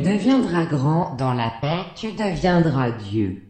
deviendras grand, dans la paix, tu deviendras Dieu.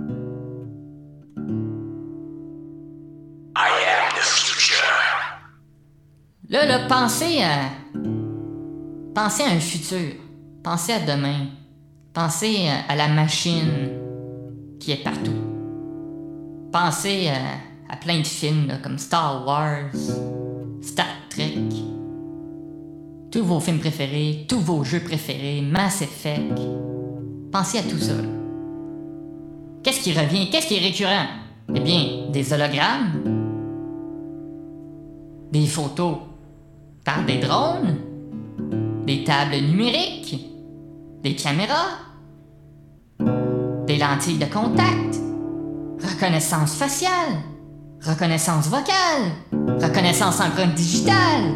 I am the future. Là, pensez à un futur. Pensez à demain. Pensez à la machine qui est partout. Pensez à plein de films là, comme Star Wars, Star Trek, tous vos films préférés, tous vos jeux préférés, Mass Effect. Pensez à tout ça. Qu'est-ce qui revient? Qu'est-ce qui est récurrent? Eh bien, des hologrammes, des photos par des drones, des tables numériques, des caméras, des lentilles de contact, reconnaissance faciale, reconnaissance vocale, reconnaissance empreinte digitale,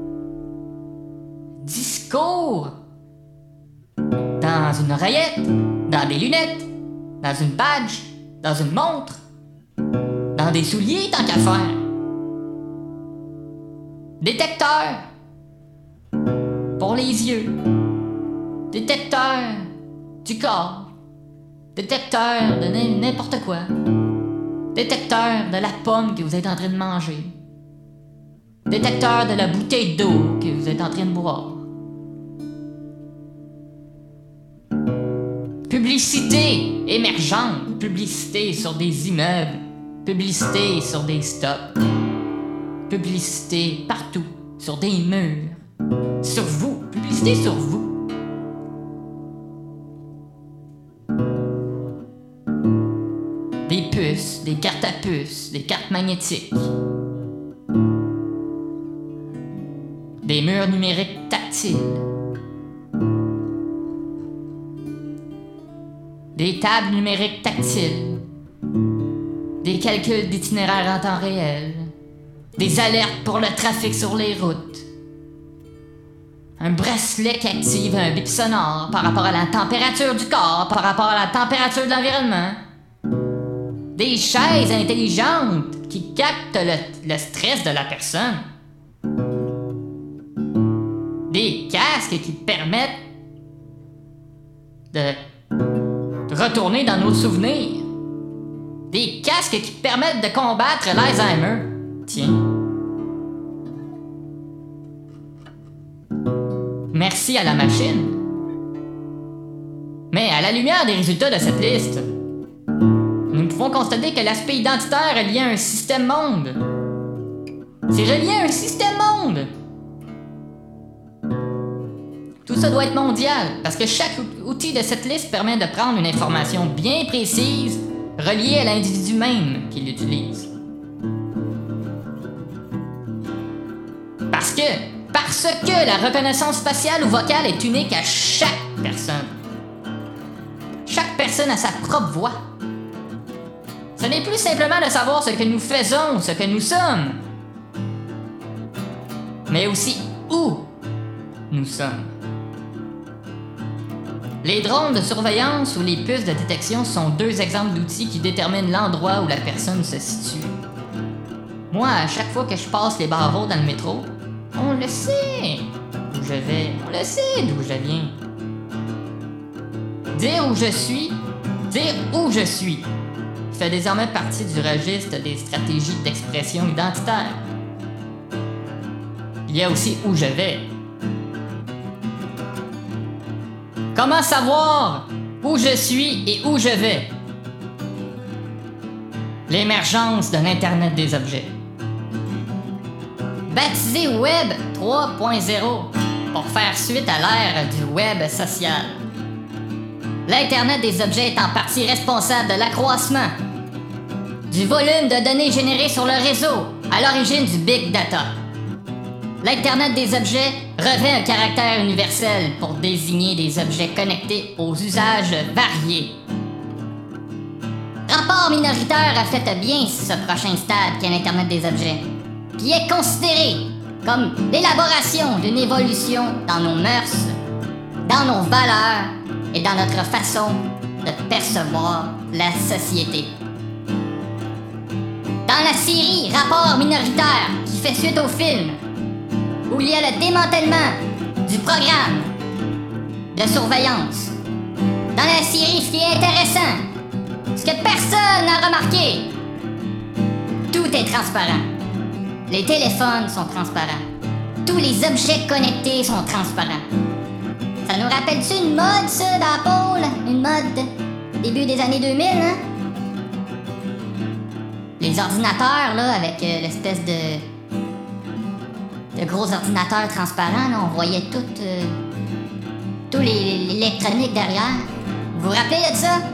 discours, dans une oreillette, dans des lunettes, dans une badge, dans une montre, dans des souliers tant qu'à faire. Détecteur pour les yeux, détecteur du corps, détecteur de n'importe quoi, détecteur de la pomme que vous êtes en train de manger, détecteur de la bouteille d'eau que vous êtes en train de boire. Publicité émergente, publicité sur des immeubles, publicité sur des stops, publicité partout, sur des murs, sur vous, publicité sur vous. Des puces, des cartes à puces, des cartes magnétiques, des murs numériques tactiles, des tables numériques tactiles, des calculs d'itinéraires en temps réel, des alertes pour le trafic sur les routes, un bracelet qui active un bip sonore par rapport à la température du corps, par rapport à la température de l'environnement, des chaises intelligentes qui captent le stress de la personne, des casques qui permettent de retourner dans nos souvenirs, des casques qui permettent de combattre l'Alzheimer. Tiens. Merci à la machine. Mais à la lumière des résultats de cette liste, nous pouvons constater que l'aspect identitaire est lié à un système monde. C'est relié à un système monde. Tout ça doit être mondial, parce que chaque outil de cette liste permet de prendre une information bien précise reliée à l'individu même qui l'utilise. Parce que la reconnaissance faciale ou vocale est unique à chaque personne. Chaque personne a sa propre voix. Ce n'est plus simplement de savoir ce que nous faisons, ce que nous sommes, mais aussi où nous sommes. Les drones de surveillance ou les puces de détection sont deux exemples d'outils qui déterminent l'endroit où la personne se situe. Moi, à chaque fois que je passe les barreaux dans le métro, on le sait où je vais, on le sait d'où je viens. Dire où je suis fait désormais partie du registre des stratégies d'expression identitaire. Il y a aussi où je vais. Comment savoir où je suis et où je vais? L'émergence de l'Internet des objets. Baptisé Web 3.0 pour faire suite à l'ère du web social. L'Internet des objets est en partie responsable de l'accroissement du volume de données générées sur le réseau, à l'origine du Big Data. L'Internet des objets revêt un caractère universel pour désigner des objets connectés aux usages variés. Rapport minoritaire reflète bien ce prochain stade qu'est l'Internet des objets, qui est considéré comme l'élaboration d'une évolution dans nos mœurs, dans nos valeurs et dans notre façon de percevoir la société. Dans la série Rapport minoritaire qui fait suite au film, où il y a le démantèlement du programme de surveillance. Dans la série, ce qui est intéressant, ce que personne n'a remarqué, tout est transparent. Les téléphones sont transparents. Tous les objets connectés sont transparents. Ça nous rappelle-tu une mode, ça, d'Apple? Une mode début des années 2000, hein? Les ordinateurs, là, avec l'espèce de gros ordinateurs transparents, là, on voyait tout l'électronique derrière. Vous vous rappelez de ça?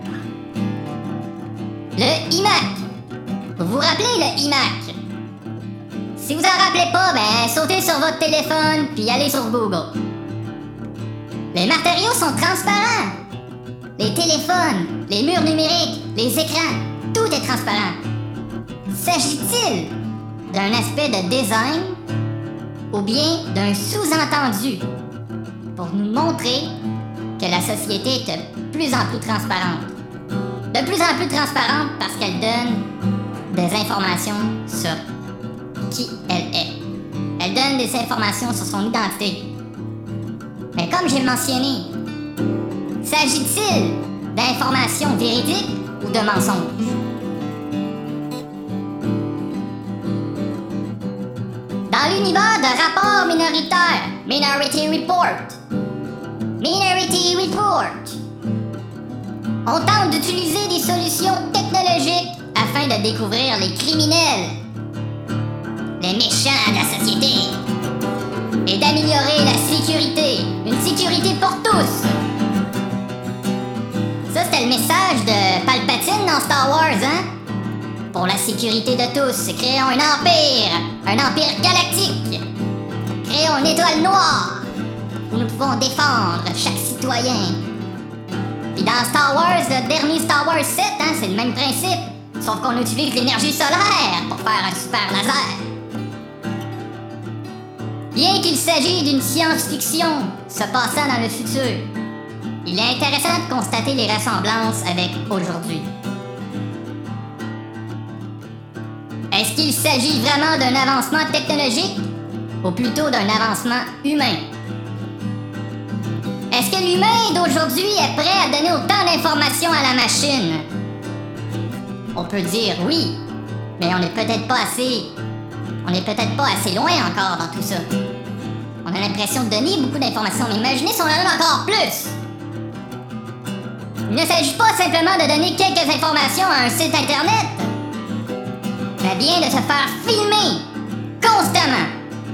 Le iMac. Vous vous rappelez le iMac? Si vous en rappelez pas, ben sautez sur votre téléphone puis allez sur Google. Les matériaux sont transparents. Les téléphones, les murs numériques, les écrans, tout est transparent. S'agit-il d'un aspect de design ou bien d'un sous-entendu pour nous montrer que la société est de plus en plus transparente? De plus en plus transparente parce qu'elle donne des informations sur qui elle est. Elle donne des informations sur son identité. Mais comme j'ai mentionné, s'agit-il d'informations véridiques ou de mensonges? Dans l'univers de rapports minoritaires, Minority Report, on tente d'utiliser des solutions technologiques afin de découvrir les criminels, les méchants de la société, et d'améliorer la sécurité, une sécurité pour tous. Ça, c'était le message de Palpatine dans Star Wars, hein? Pour la sécurité de tous, créons un empire galactique. Créons une étoile noire où nous pouvons défendre chaque citoyen. Puis dans Star Wars, le dernier Star Wars 7, hein, c'est le même principe, sauf qu'on utilise l'énergie solaire pour faire un super laser. Bien qu'il s'agisse d'une science-fiction se passant dans le futur, il est intéressant de constater les ressemblances avec aujourd'hui. Est-ce qu'il s'agit vraiment d'un avancement technologique ou plutôt d'un avancement humain? Est-ce que l'humain d'aujourd'hui est prêt à donner autant d'informations à la machine? On peut dire oui, mais on n'est peut-être pas assez loin encore dans tout ça. On a l'impression de donner beaucoup d'informations, mais imaginez si on en donne encore plus! Il ne s'agit pas simplement de donner quelques informations à un site internet, mais bien de se faire filmer constamment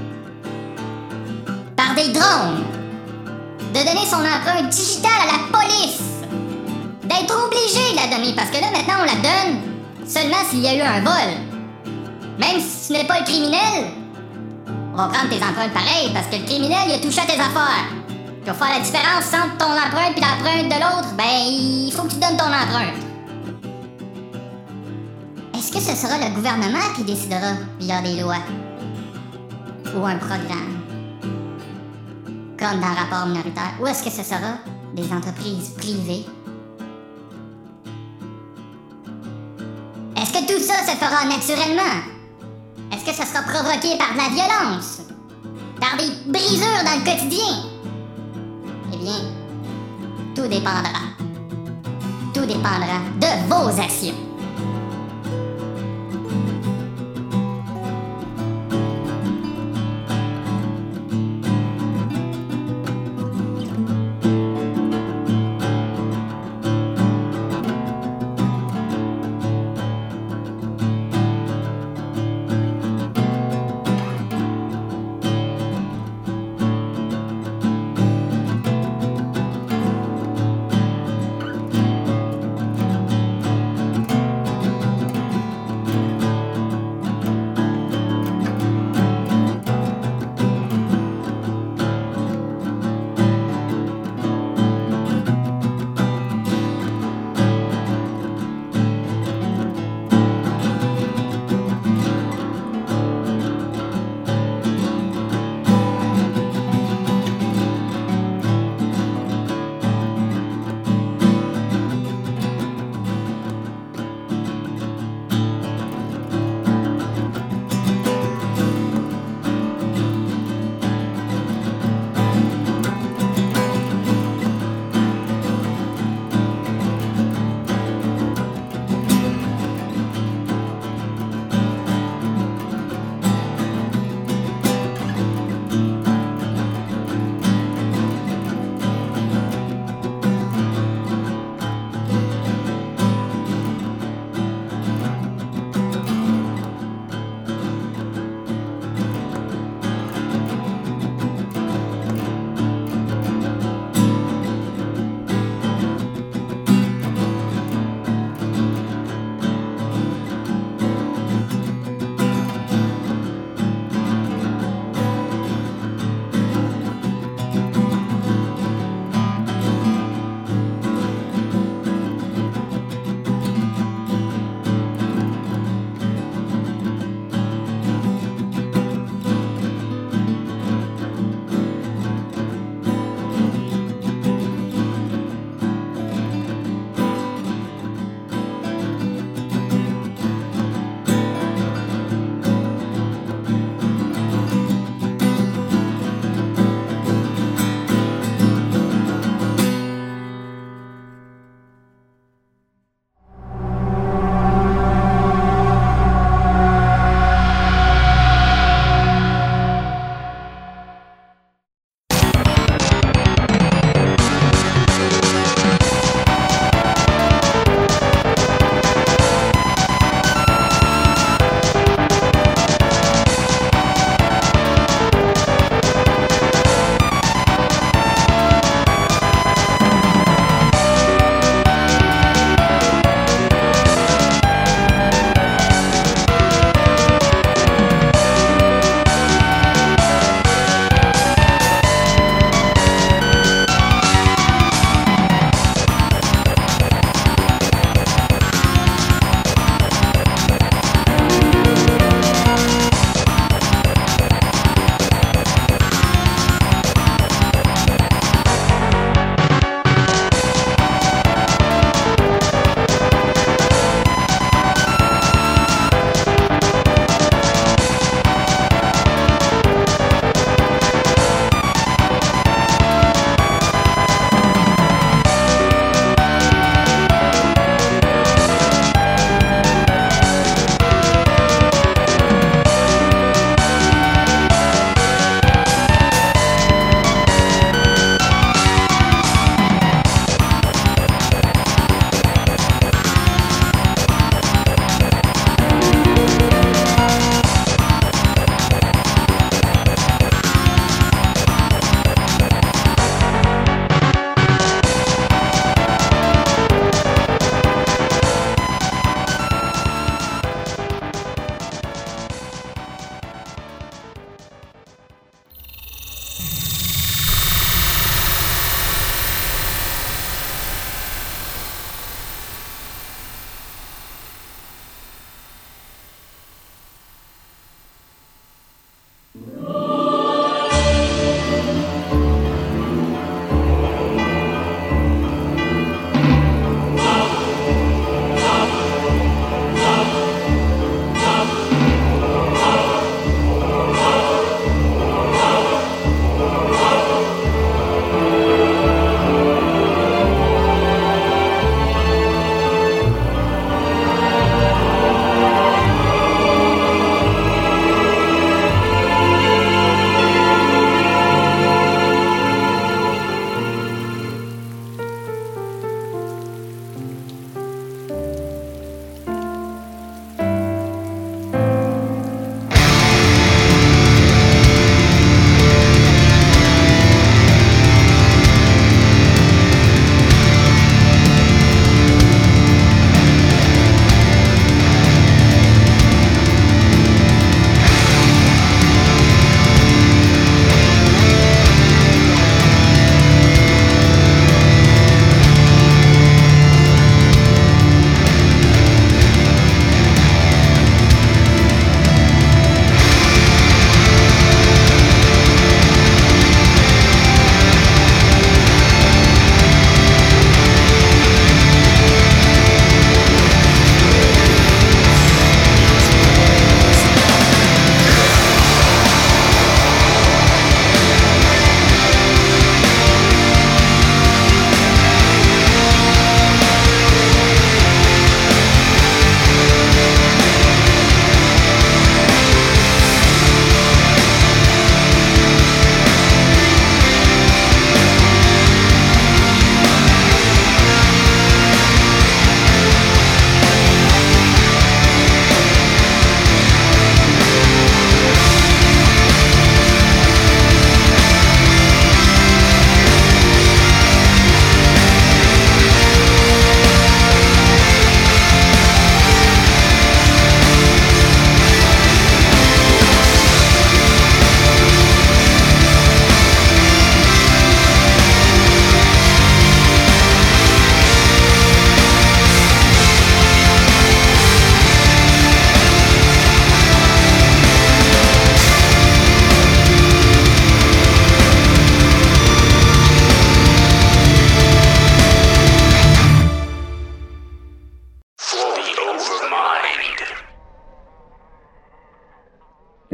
par des drones, de donner son empreinte digitale à la police, d'être obligé de la donner, parce que là maintenant on la donne seulement s'il y a eu un vol. Même si ce n'est pas le criminel, on va prendre tes empreintes pareilles, parce que le criminel, il a touché à tes affaires. Puis pour faire la différence entre ton empreinte et l'empreinte de l'autre, ben, il faut que tu donnes ton empreinte. Est-ce que ce sera le gouvernement qui décidera via des lois? Ou un programme? Comme dans Rapport minoritaire. Ou est-ce que ce sera des entreprises privées? Est-ce que tout ça se fera naturellement? Est-ce que ce sera provoqué par de la violence? Par des brisures dans le quotidien? Eh bien, tout dépendra. Tout dépendra de vos actions.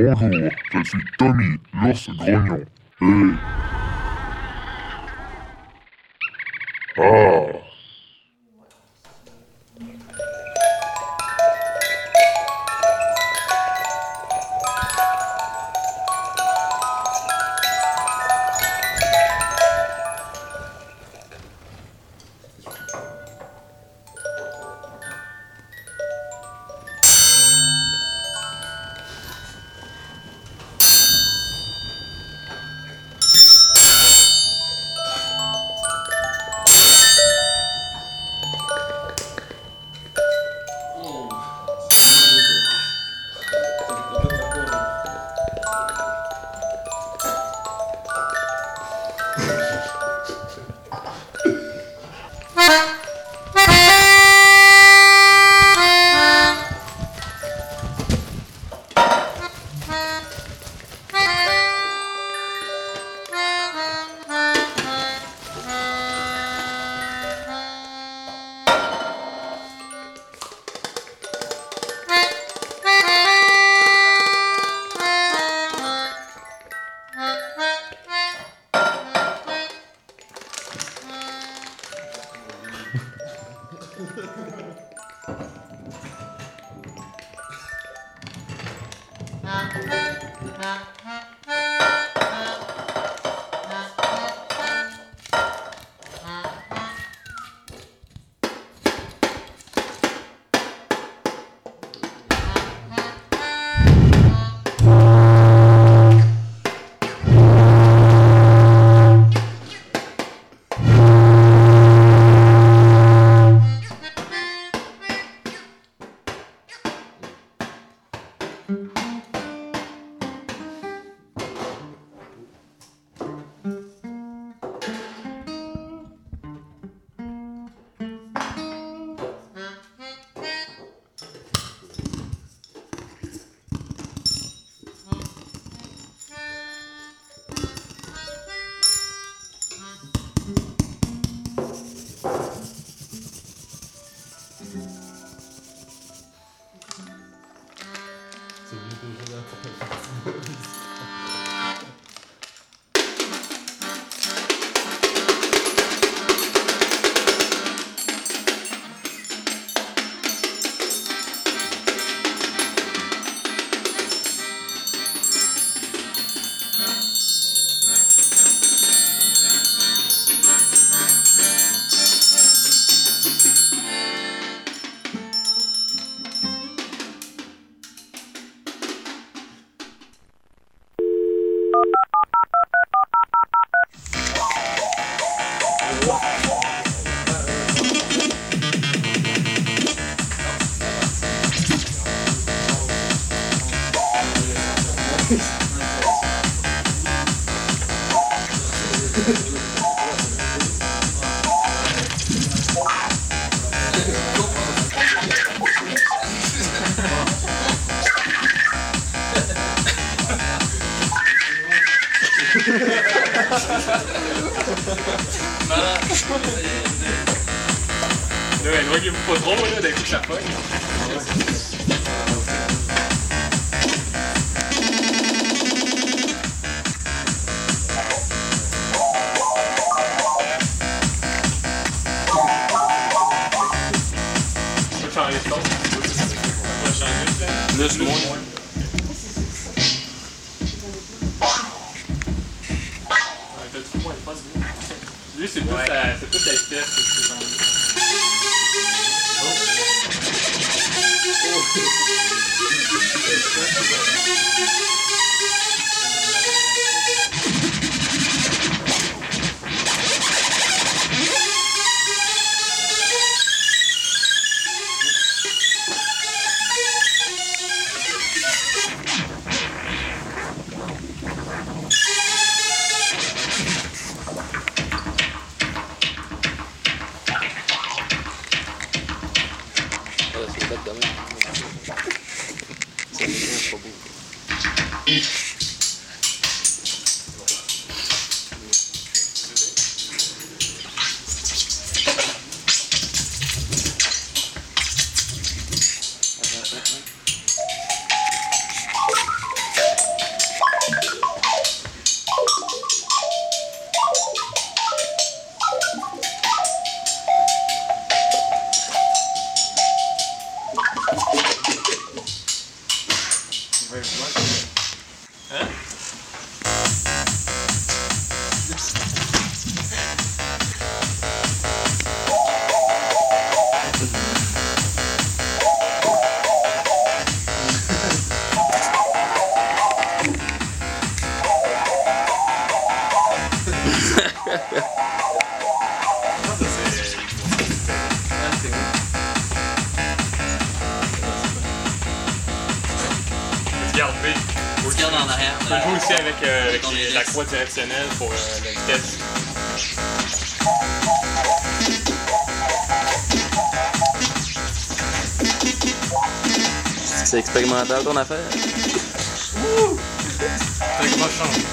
Bonjour, je suis Tommy, l'ours grognon. Hey. Ah. Là, éloignez-vous pas trop, là, d'un coup, ça pogne. On peut changer de ton. On va changer, là. Plus, moins. T'as-tu moins de face, lui, c'est plus la vitesse que tu peux changer. En arrière. Tu peux jouer aussi avec la croix directionnelle pour la vitesse. C'est expérimental ton affaire. Ouh! C'est comment je change.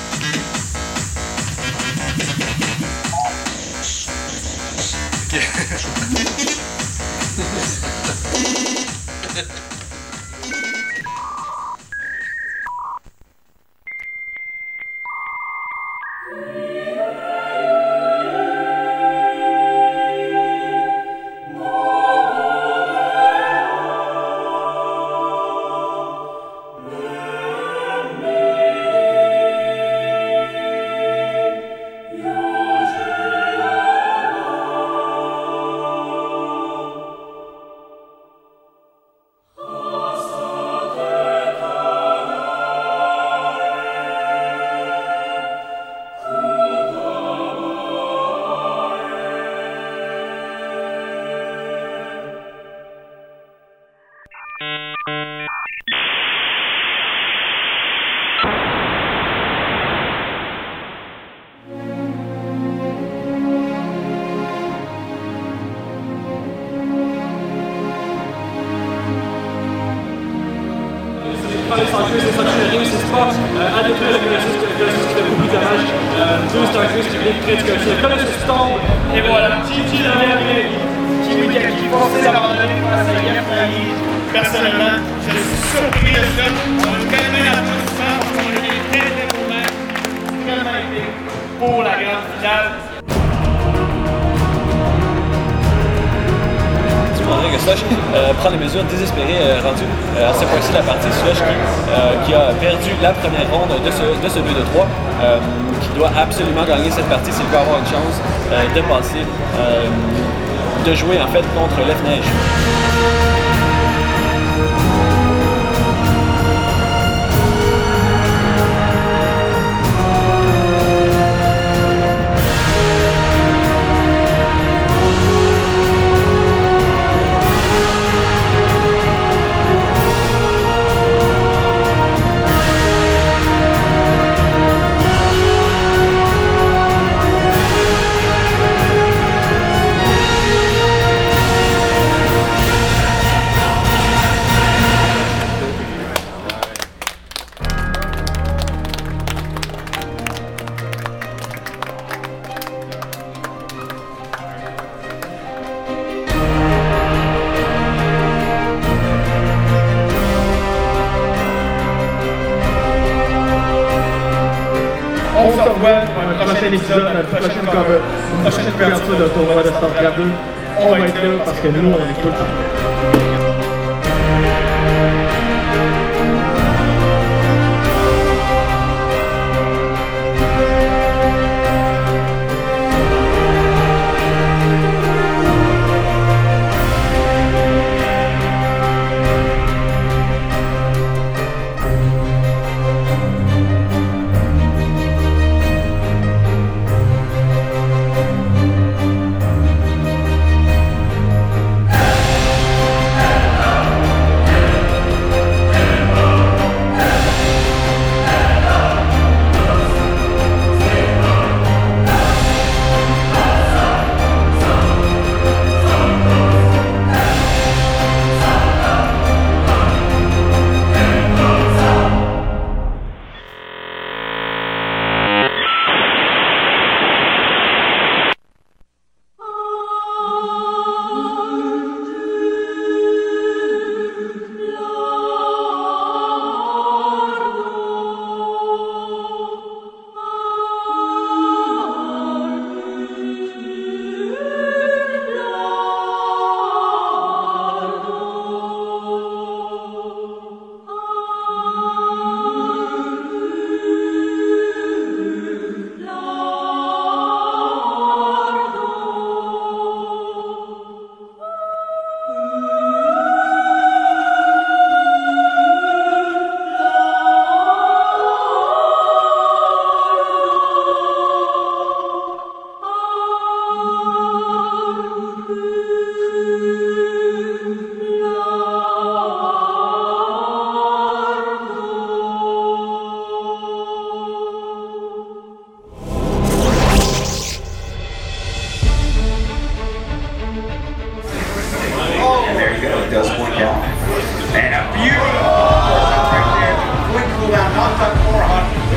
Les sanctuaires c'est pas à détruire le beaucoup de dommages. Deux Starkers qui viennent près du cocher. Comme ça tombe, et voilà, qui l'avait qui pensait l'abandonner face à Yafnali. Personnellement, je suis surpris de ça. On a calmé la position, on a été très dévouement, tellement épique pour la grande finale. Que Slush prend des mesures désespérées rendues à ce point-ci de la partie. Slush qui a perdu la première ronde de ce 2-3, qui doit absolument gagner cette partie s'il veut avoir une chance de passer, de jouer en fait contre Left Neige. On se revoit pour un prochain épisode, notre prochaine couverture de tournoi de StarCraft 2. On va être là parce que nous, on est tout le temps.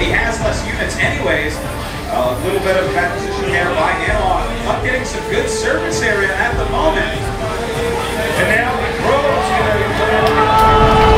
he has less units anyways. A little bit of bad position there by Analog. Not getting some good surface area at the moment. And now the Crows going to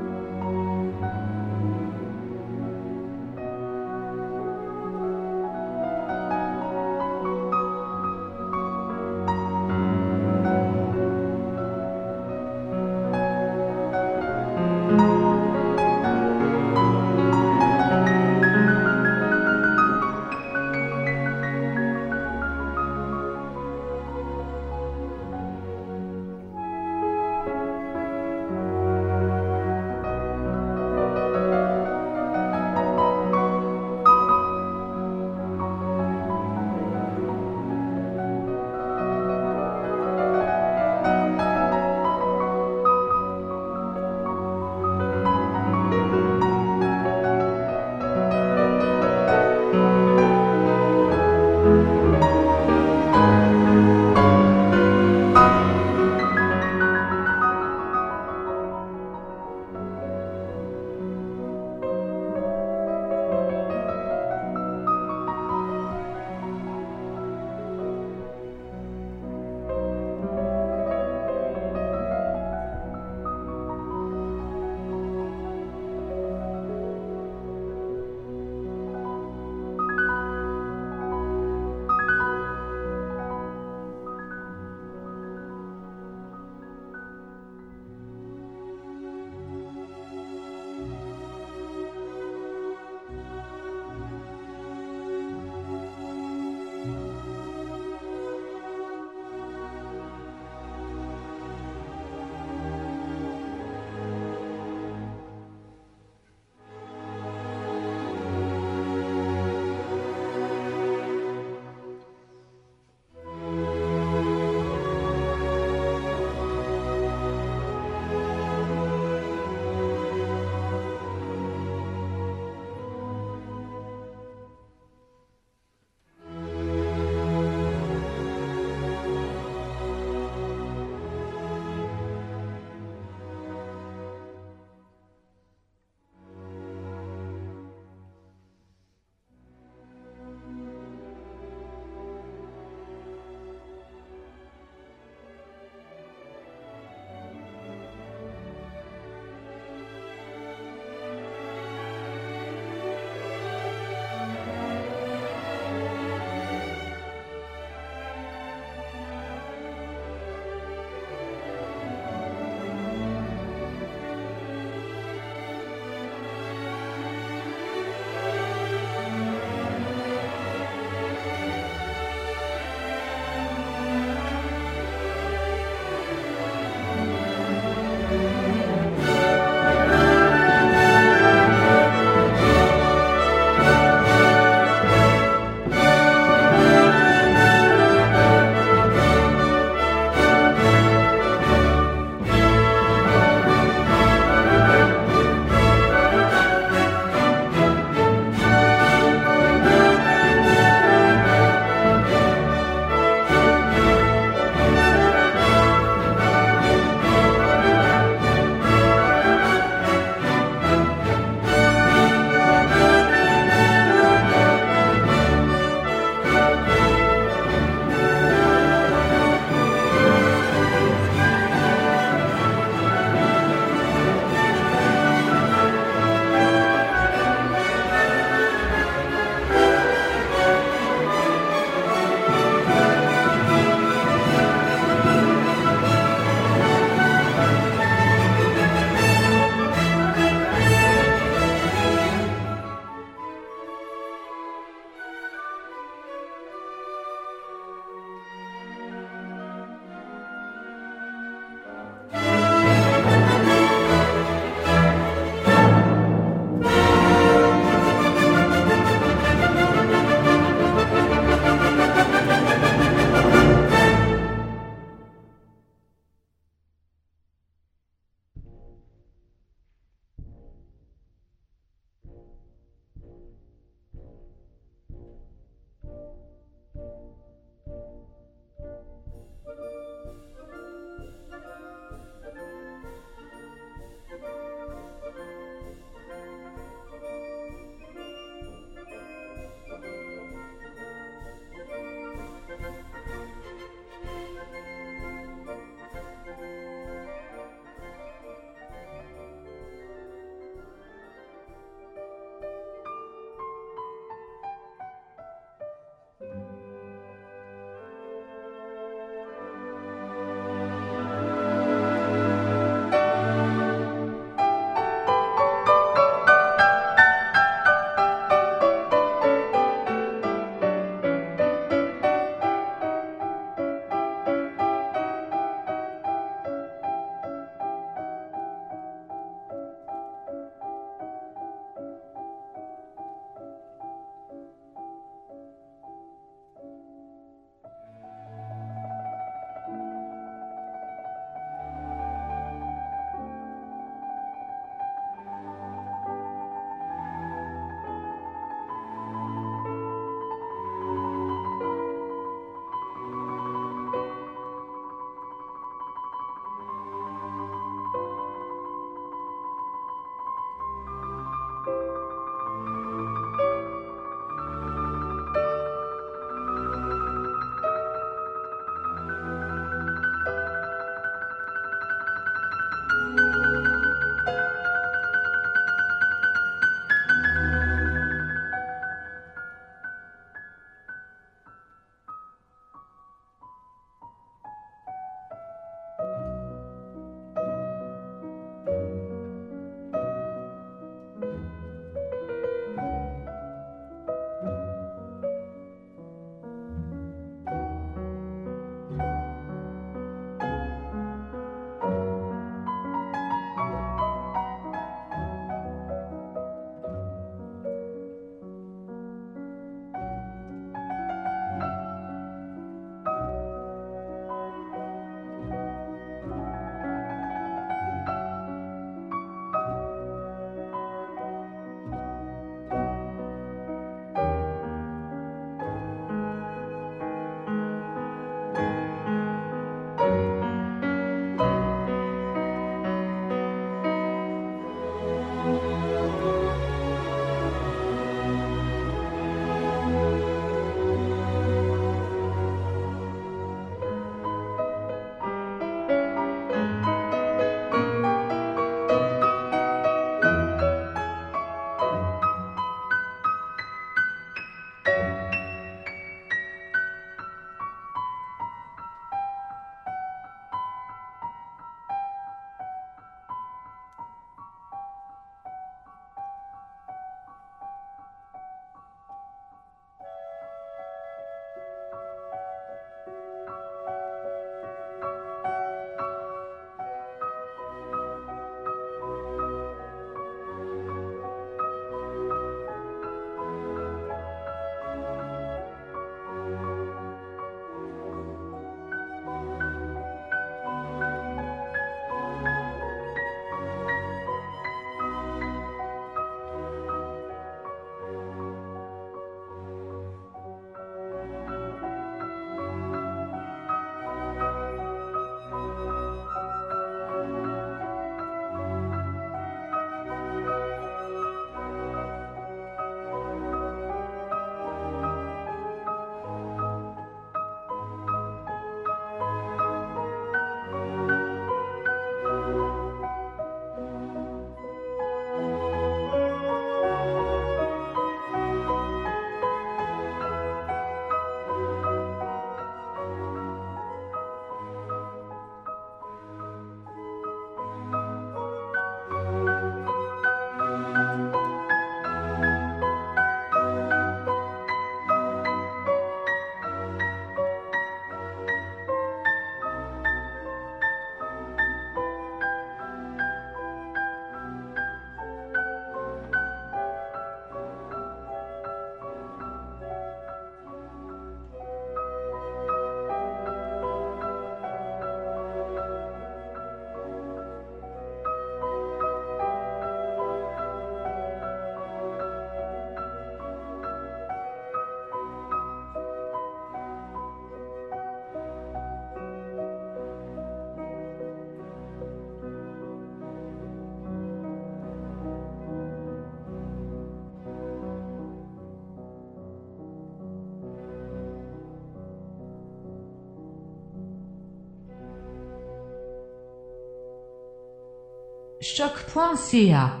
Choc.ca.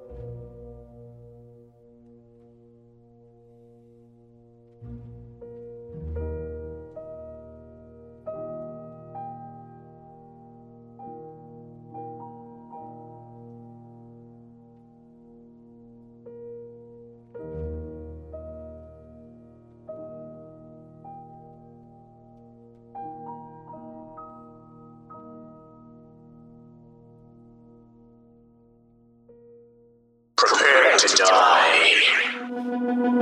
Prepare to die.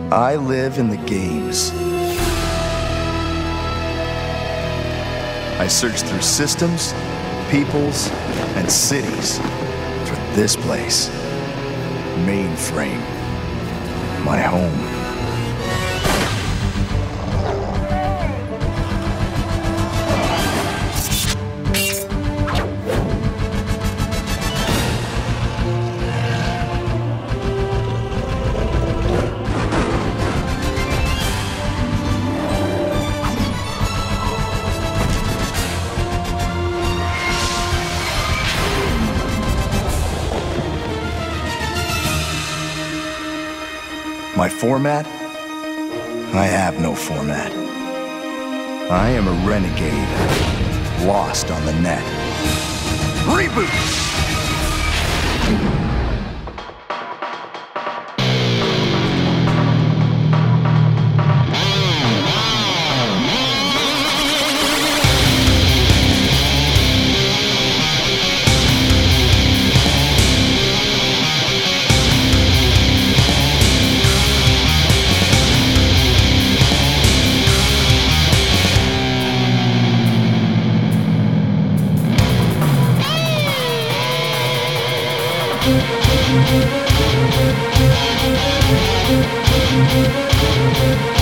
I live in the games. I search through systems, peoples, and cities for this place. Mainframe. My home. My format? I have no format. I am a renegade, lost on the net. Reboot! Thank you.